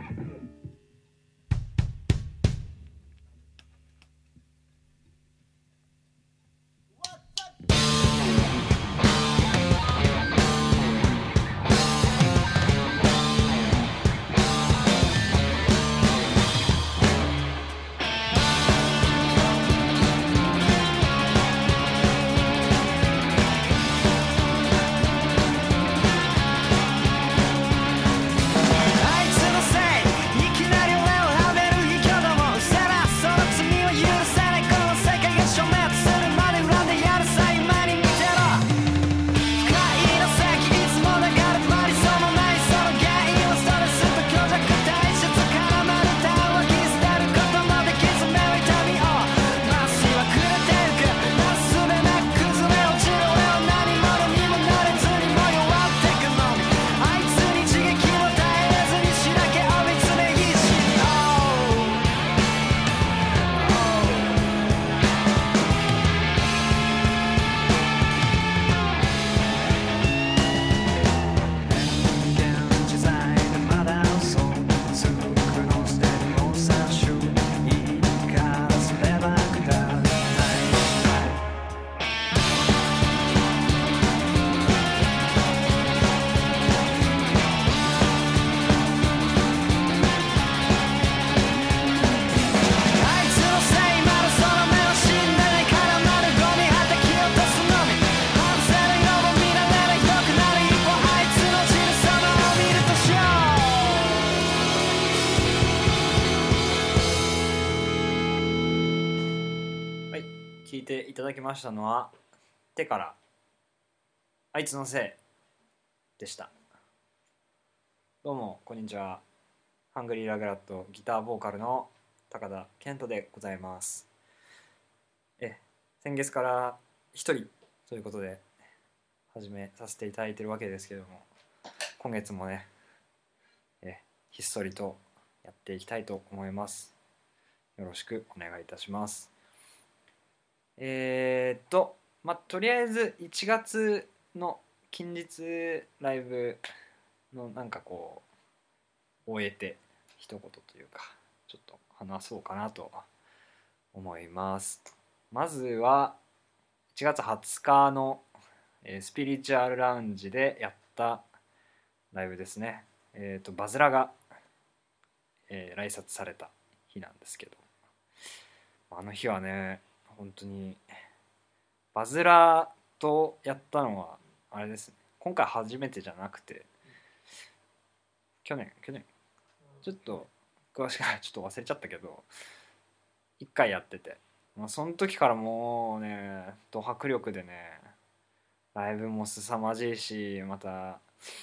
聞いていただきましたのは手からあいつのせいでした。どうもこんにちは。ハングリーラグラットギターボーカルの高田健人でございます。先月から一人ということで始めさせていただいているわけですけども、今月もねひっそりとやっていきたいと思います。よろしくお願いいたします。とりあえず1月の近日ライブのなんかこう終えて一言というかちょっと話そうかなと思います。まずは1月20日のスピリチュアルラウンジでやったライブですね。バズラが、来札された日なんですけど、あの日はね本当にバズラとやったのはあれですね、今回初めてじゃなくて去年ちょっと詳しくはちょっと忘れちゃったけど1回やってて、その時からもうねド迫力でねライブも凄まじいし、また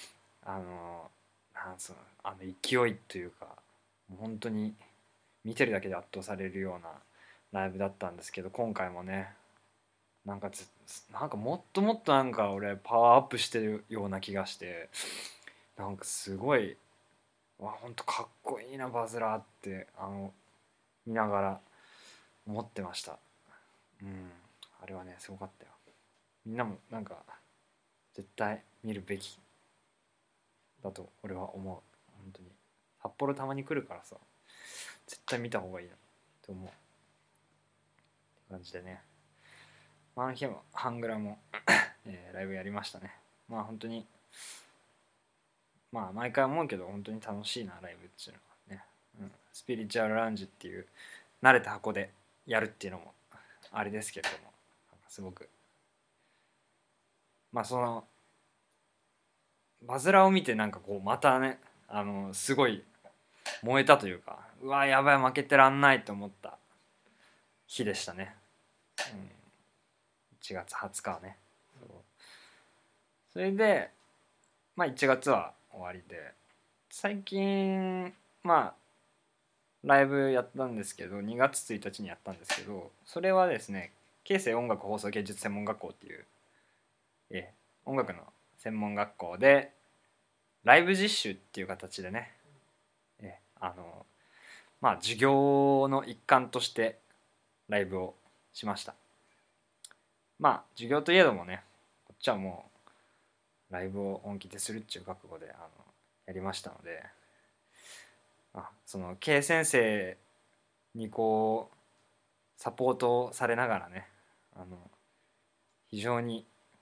勢いというかもう本当に見てるだけで圧倒されるようなライブだったんですけど、今回もねなんかもっともっとなんか俺パワーアップしてるような気がして、なんかすごいほんとかっこいいなバズラーって見ながら思ってました。あれはねすごかったよ。みんなもなんか絶対見るべきだと俺は思う。本当に札幌たまに来るからさ絶対見た方がいいなと思うって感じでね、あの日もハングラもライブやりましたね。本当に毎回思うけど本当に楽しいなライブっていうのはね、スピリチュアルラウンジっていう慣れた箱でやるっていうのもあれですけれども、すごくそのバズラを見てなんかこうまたねすごい燃えたというか、うわやばい負けてらんないと思った日でしたね。1月20日はね。それで1月は終わりで、最近ライブやったんですけど2月1日にやったんですけど、それはですね京成音楽放送芸術専門学校っていう音楽の専門学校でライブ実習っていう形でね授業の一環としてライブをしました。授業といえどもねこっちはもうライブを本気でするっていう覚悟でやりましたので、 その K 先生にこうサポートされながらね、非常に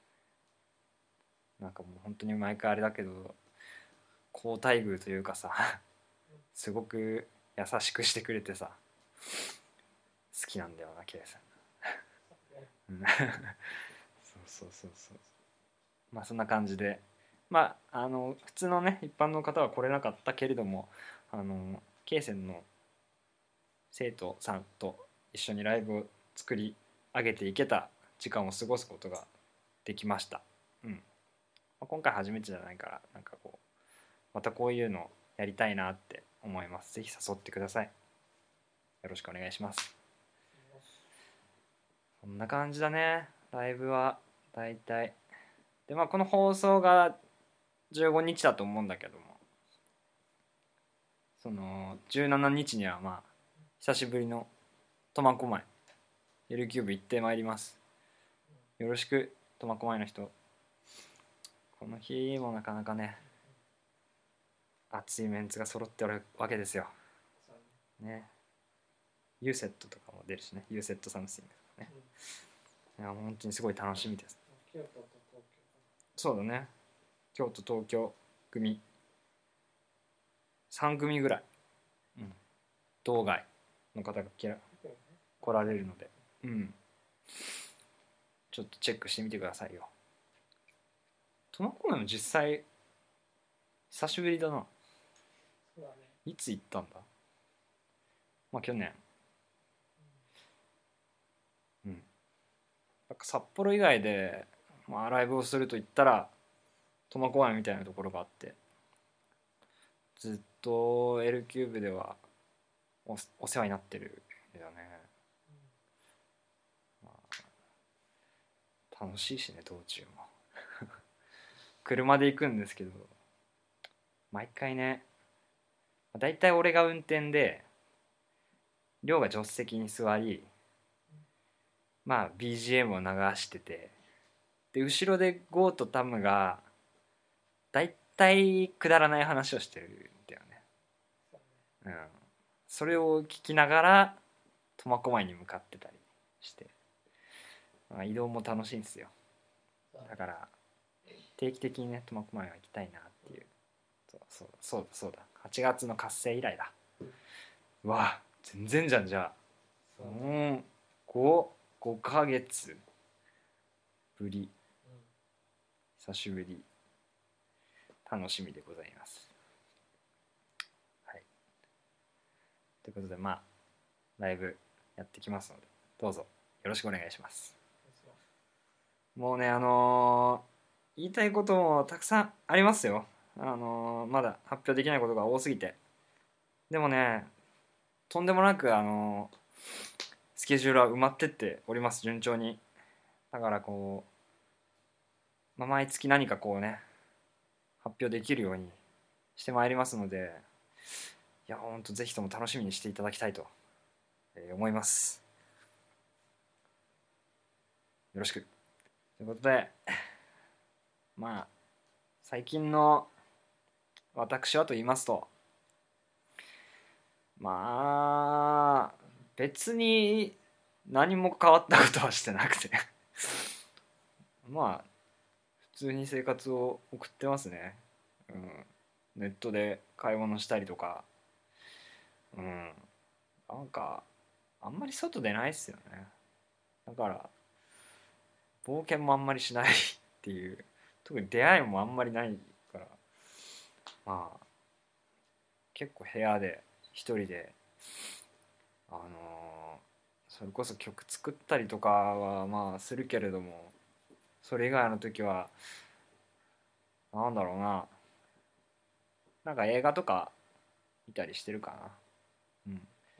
なんかもう本当に毎回あれだけど好待遇というかさすごく優しくしてくれてさ、好きなんだよな K さんそうそうそう。まあそんな感じで、まあ普通のね一般の方は来れなかったけれども、K 線の生徒さんと一緒にライブを作り上げていけた時間を過ごすことができました。今回初めてじゃないから、なんかこうまたこういうのやりたいなって思います。ぜひ誘ってください。よろしくお願いします。こんな感じだね、ライブはだいたい。でこの放送が15日だと思うんだけども、その17日には久しぶりの苫小牧 L キューブ行ってまいります。よろしく苫小牧の人。この日もなかなかね熱いメンツが揃っておるわけですよね。ユーセットとかも出るしね、ユーセットサムシングとかね、いや本当にすごい楽しみです。そうだね、京都東京組3組ぐらい、道外の方が来られるので、ちょっとチェックしてみてくださいよ。苫小牧も実際久しぶりだな。いつ行ったんだ。去年。なんか札幌以外で、ライブをすると言ったら苫小牧みたいなところがあって、ずっと L キューブではお世話になってるんだよね。楽しいしね、道中も車で行くんですけど、毎回ね、だいたい俺が運転で亮が助手席に座り、BGM を流してて、で後ろでゴーとタムがだいたいくだらない話をしてるんだよね。それを聞きながら苫小牧に向かってたりして、移動も楽しいんですよ。だから定期的にね苫小牧は行きたいなっていう。そうだ8月の活性以来だ。うわ全然じゃん。じゃあ5ヶ月ぶり、久しぶり、楽しみでございます。はい、ということでライブやってきますので、どうぞよろしくお願いします。もうね言いたいこともたくさんありますよ。まだ発表できないことが多すぎて。でもね、とんでもなくスケジュールは埋まってっております、順調に。だからこう、毎月何かこうね発表できるようにしてまいりますので、いやほんとぜひとも楽しみにしていただきたいと思います。よろしく。ということで、最近の私はと言いますと、別に何も変わったことはしてなくて普通に生活を送ってますね。ネットで買い物したりとか、なんかあんまり外出ないっすよね。だから冒険もあんまりしないっていう、特に出会いもあんまりないから、結構部屋で一人でそれこそ曲作ったりとかはするけれども、それ以外の時はなんだろうな、なんか映画とか見たりしてるかな。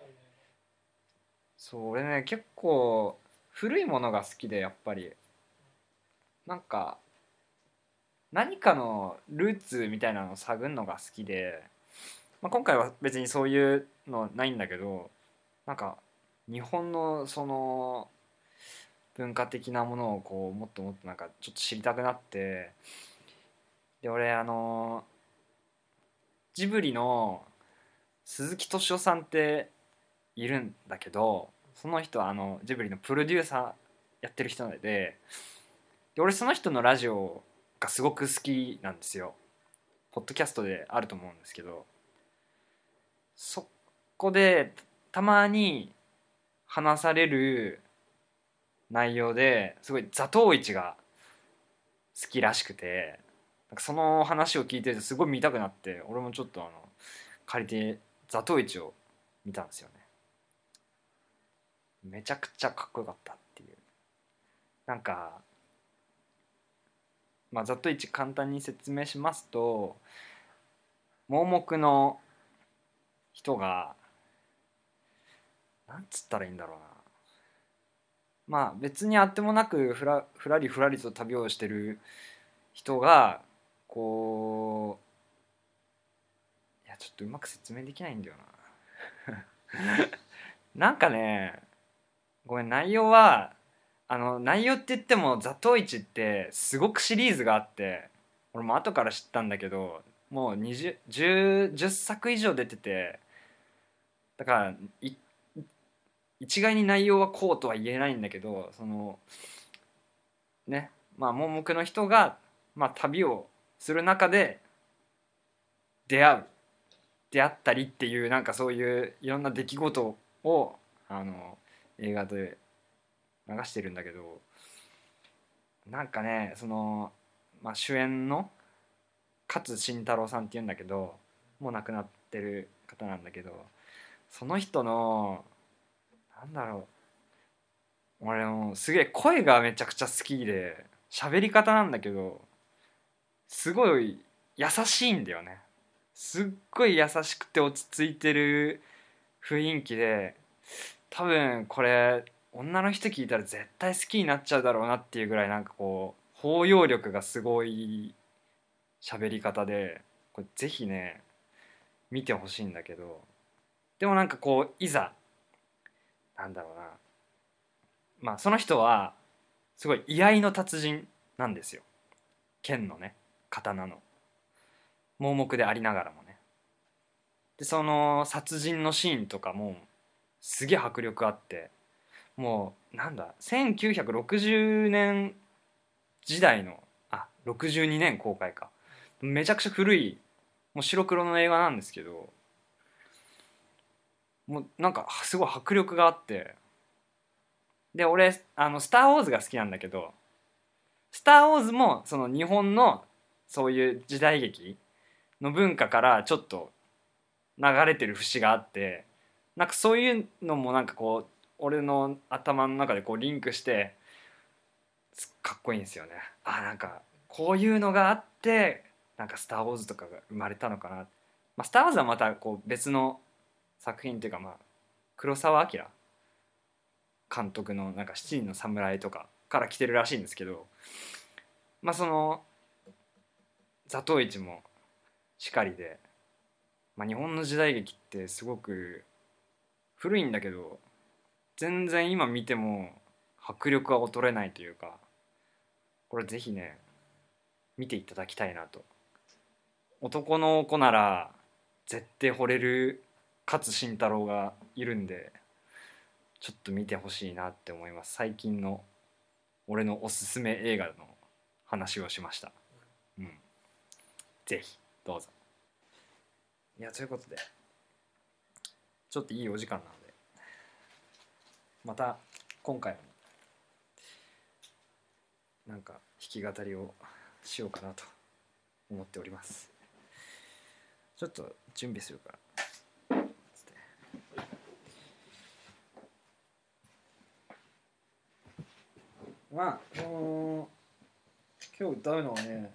そう俺ね結構古いものが好きで、やっぱりなんか何かのルーツみたいなのを探るのが好きで、今回は別にそういうのないんだけど、なんか日本のその文化的なものをこうもっともっとなんかちょっと知りたくなって、で俺ジブリの鈴木敏夫さんっているんだけど、その人はジブリのプロデューサーやってる人で、俺その人のラジオがすごく好きなんですよ。ポッドキャストであると思うんですけど、そこでたまに話される内容ですごい座頭市が好きらしくて、なんかその話を聞いててすごい見たくなって、俺もちょっと借りて座頭市を見たんですよね。めちゃくちゃかっこよかったっていう。なんかざっと一簡単に説明しますと、盲目の人がなんつったらいいんだろうな、別にあってもなくふらりふらりと旅をしてる人がこう、いやちょっとうまく説明できないんだよななんかね、ごめん、内容は内容って言っても「ザトウイチ」ってすごくシリーズがあって、俺も後から知ったんだけど、もう10作以上出てて、だから一概に内容はこうとは言えないんだけど、そのね、盲目の人が、旅をする中で出会う出会ったりっていう、なんかそういういろんな出来事を映画で流してるんだけど、なんかね、主演の勝新太郎さんっていうんだけど、もう亡くなってる方なんだけど、その人のなんだろう、俺もすげえ声がめちゃくちゃ好きで、喋り方なんだけどすごい優しいんだよね。すっごい優しくて落ち着いてる雰囲気で、多分これ女の人聞いたら絶対好きになっちゃうだろうなっていうぐらい、なんかこう包容力がすごい喋り方で、これぜひね見てほしいんだけど、でもなんかこういざなんだろうな、その人はすごい居合の達人なんですよ。剣のね、刀の盲目でありながらもね。でその殺人のシーンとかもすげえ迫力あって、もうなんだ1960年時代の、62年公開か、めちゃくちゃ古い、もう白黒の映画なんですけど、もうなんかすごい迫力があって、で俺スター・ウォーズが好きなんだけど、スター・ウォーズもその日本のそういう時代劇の文化からちょっと流れてる節があって、なんかそういうのもなんかこう俺の頭の中でこうリンクしてかっこいいんですよね。なんかこういうのがあって、なんか「スター・ウォーズ」とかが生まれたのかな。スター・ウォーズはまたこう別の作品っていうか、黒澤明監督のなんか「七人の侍」とかから来てるらしいんですけど、その座頭市もしかりで、日本の時代劇ってすごく古いんだけど、全然今見ても迫力は衰えないというか、これぜひね見ていただきたいなと。男の子なら絶対惚れる勝新太郎がいるんで、ちょっと見てほしいなって思います。最近の俺のおすすめ映画の話をしました。ぜひどうぞ。いや、ということでちょっといいお時間なので、また今回もなんか弾き語りをしようかなと思っております。ちょっと準備するから。今日歌うのはね、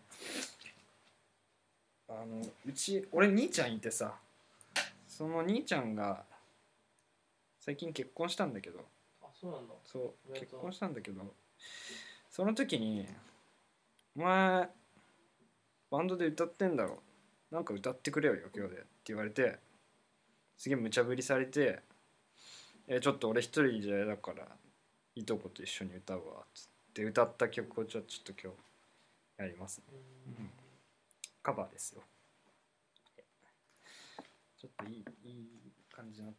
俺兄ちゃんいてさ、その兄ちゃんが最近結婚したんだけど、 そうなんだ。 そう結婚したんだけど、その時に「お前バンドで歌ってんだろ、なんか歌ってくれよ余興で」って言われて、すげえ無茶ぶりされて「ちょっと俺一人じゃだからいとこと一緒に歌うわ」っつって歌った曲をちょっと今日やりますね。カバーですよ。 ちょっといい感じの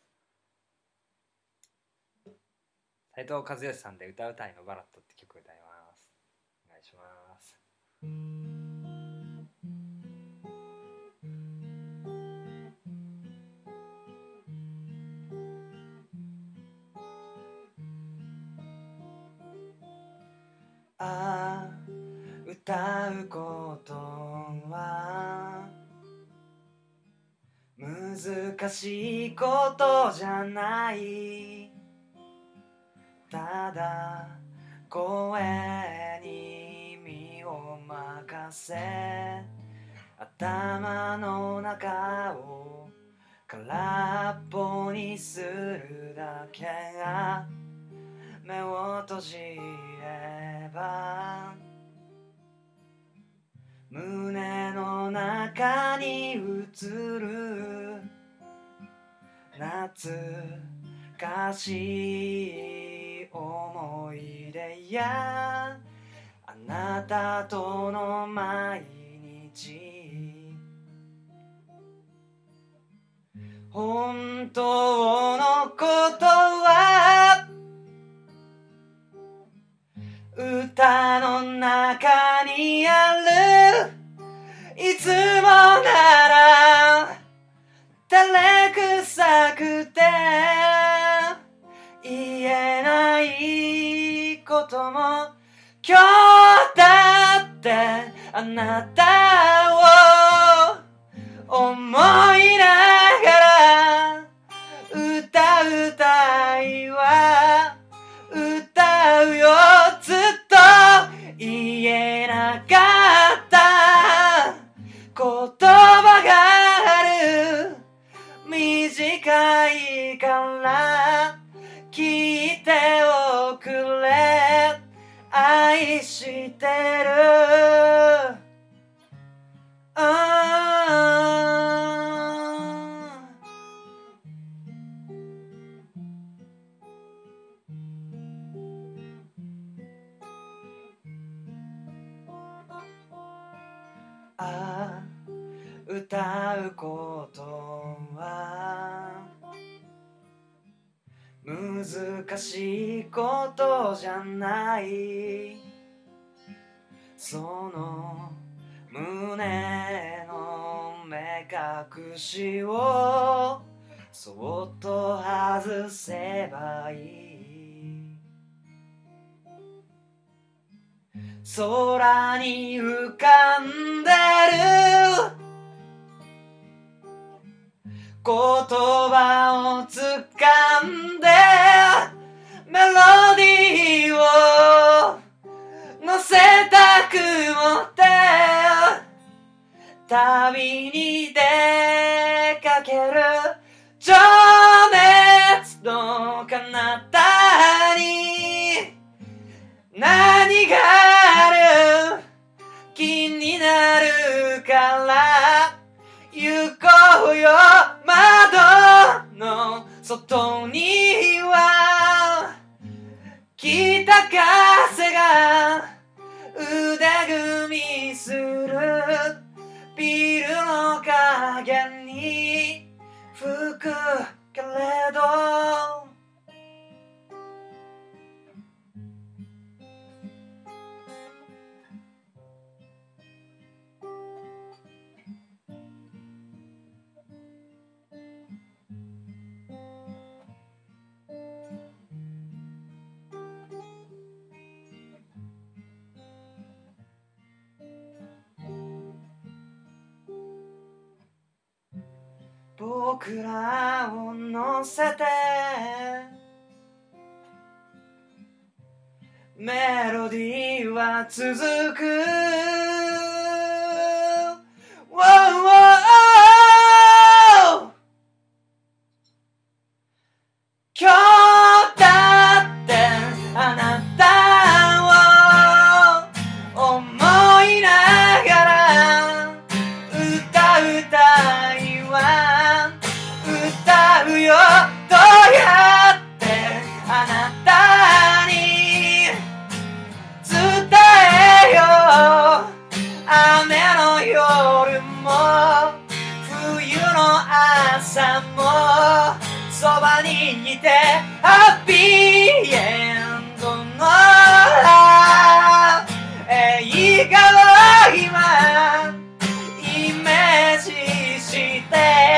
斉藤和義さんで歌うたいのバラットって曲を歌います。お願いします。歌うことは難しいことじゃない。ただ声に身を任せ頭の中を空っぽにするだけが目を閉じれば胸の中に映る懐かしい思い出やあなたとの毎日本当のことは歌の中にある。いつもなら照れくさくて言えないことも今日だってあなたを思いながら歌うたいわ歌うよずっと言えなかった言葉がある。短いから聞いておくれ。愛してる。歌うことは難しいことじゃない。その胸の目隠しをそっと外せばいい。空に浮かんでる言葉をつかんでメロディーを乗せたくもって旅に出かける。情熱の彼方に何がある気になるから行こうよ。窓の外には北風が腕組みする。ビルの影に吹くけれど僕らを乗せてメロディーは続く。今日だってあなたを思いながら歌うたいわ歌うよ。どうやってあなたに伝えようさんもそばにいてハッピーエンドの映画を今イメージして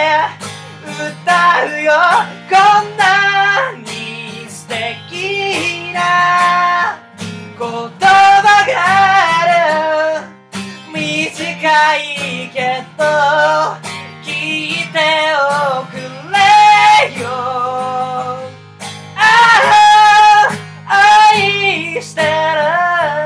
歌うよこんなに素敵な言葉がある短いけど聞いておくれよああ愛してる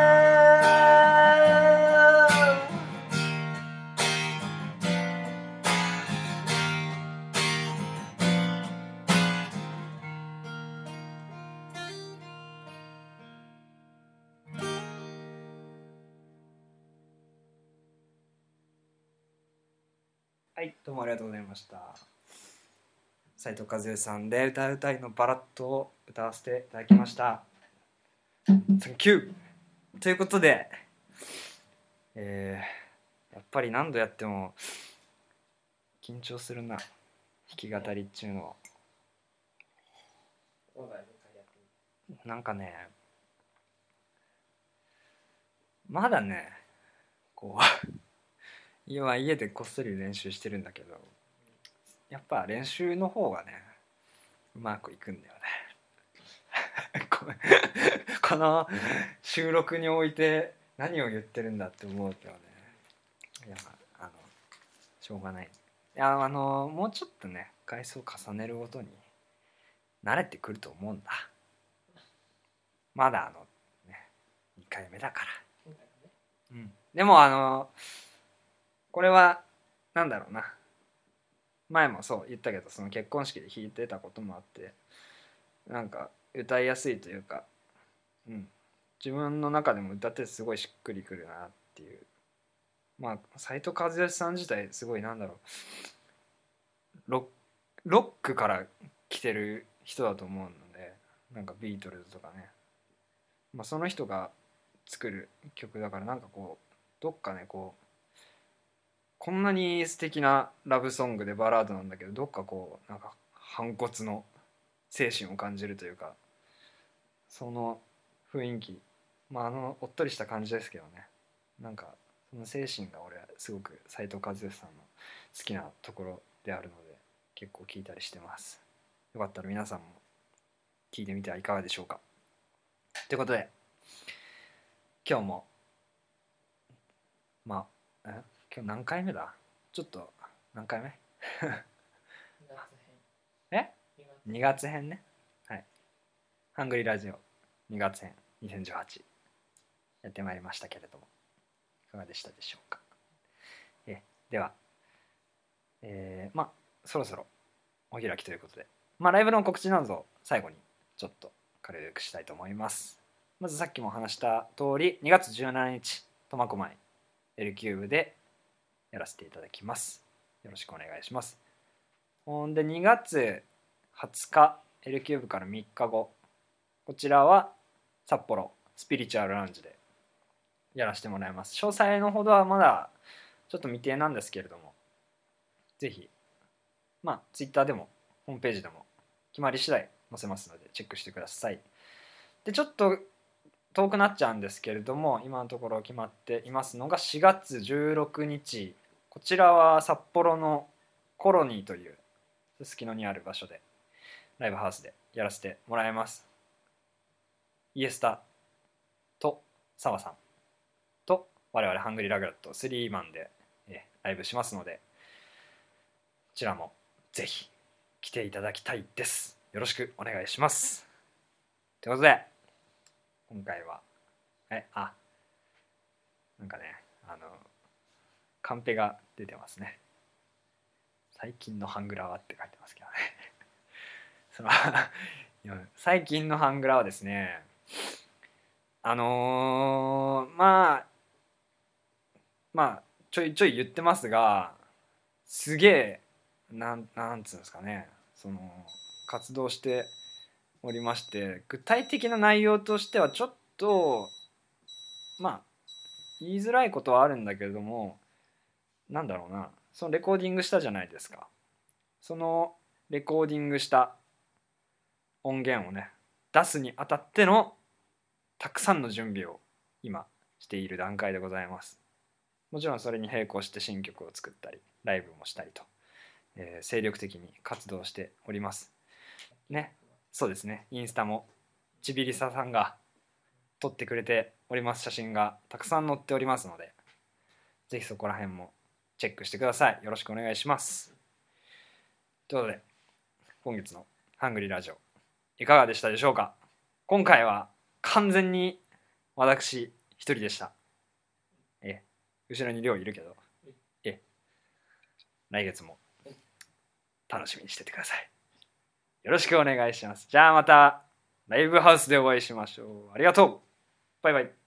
はい、どうもありがとうございました。斉藤和義さんで歌うたいのバラッドを歌わせていただきました。サンキューということで、やっぱり何度やっても緊張するな、弾き語りっちゅうのは。なんかね、まだね、こう今家でこっそり練習してるんだけど、やっぱ練習の方がねうまくいくんだよねこの収録において何を言ってるんだって思うけどね、いやしょうがない。いやもうちょっとね回数を重ねるごとに慣れてくると思うんだ。まだね2回目だから、うん、でもこれはなんだろうな、前もそう言ったけど、その結婚式で弾いてたこともあって、なんか歌いやすいというか、うん、自分の中でも歌ってすごいしっくりくるなっていう。まあ斉藤和義さん自体すごいなんだろう、ロックから来てる人だと思うので、なんかビートルズとかね、まあ、その人が作る曲だから、なんかこうどっかねこんなに素敵なラブソングでバラードなんだけど、どっかこうなんか反骨の精神を感じるというか、その雰囲気、まあおっとりした感じですけどね、なんかその精神が俺はすごく斉藤和義さんの好きなところであるので、結構聴いたりしてます。よかったら皆さんも聴いてみてはいかがでしょうか。ということで今日もまあ今日何回目だ、ちょっと何回目2月編ね。はい、ハングリーラジオ2月編2018やってまいりましたけれども、いかがでしたでしょうか。では、まあそろそろお開きということで、まあライブの告知などを最後にちょっと軽くしたいと思います。まずさっきも話した通り、2月17日苫小牧 L キューブでやらせていただきます。よろしくお願いします。ほんで2月20日 L キューブから3日後、こちらは札幌スピリチュアルラウンジでやらせてもらいます。詳細のほどはまだちょっと未定なんですけれども、ぜひまあ Twitter でもホームページでも決まり次第載せますのでチェックしてください。でちょっと遠くなっちゃうんですけれども、今のところ決まっていますのが4月16日、こちらは札幌のコロニーというすすきのにある場所でライブハウスでやらせてもらいます。イエスタと澤さんと我々ハングリーラグラット3マンでライブしますので、こちらもぜひ来ていただきたいです。よろしくお願いします。ということで今回はなんかねカンペが出てますね。最近のハングラーはって書いてますけどねその最近のハングラーはですね、まあちょいちょい言ってますが、すげえなんつうんですかね、その活動しておりまして、具体的な内容としてはちょっとまあ言いづらいことはあるんだけれども、なんだろうな、そのレコーディングしたじゃないですか。 そのレコーディングした音源をね出すにあたってのたくさんの準備を今している段階でございます。もちろんそれに並行して新曲を作ったりライブもしたりと、精力的に活動しておりますね。そうですね、インスタもちびりささんが撮ってくれております。写真がたくさん載っておりますので、ぜひそこら辺もチェックしてください。よろしくお願いします。ということで今月のハングリーラジオいかがでしたでしょうか。今回は完全に私一人でした。後ろに亮いるけど、来月も楽しみにしててください。よろしくお願いします。じゃあまたライブハウスでお会いしましょう。ありがとう。バイバイ。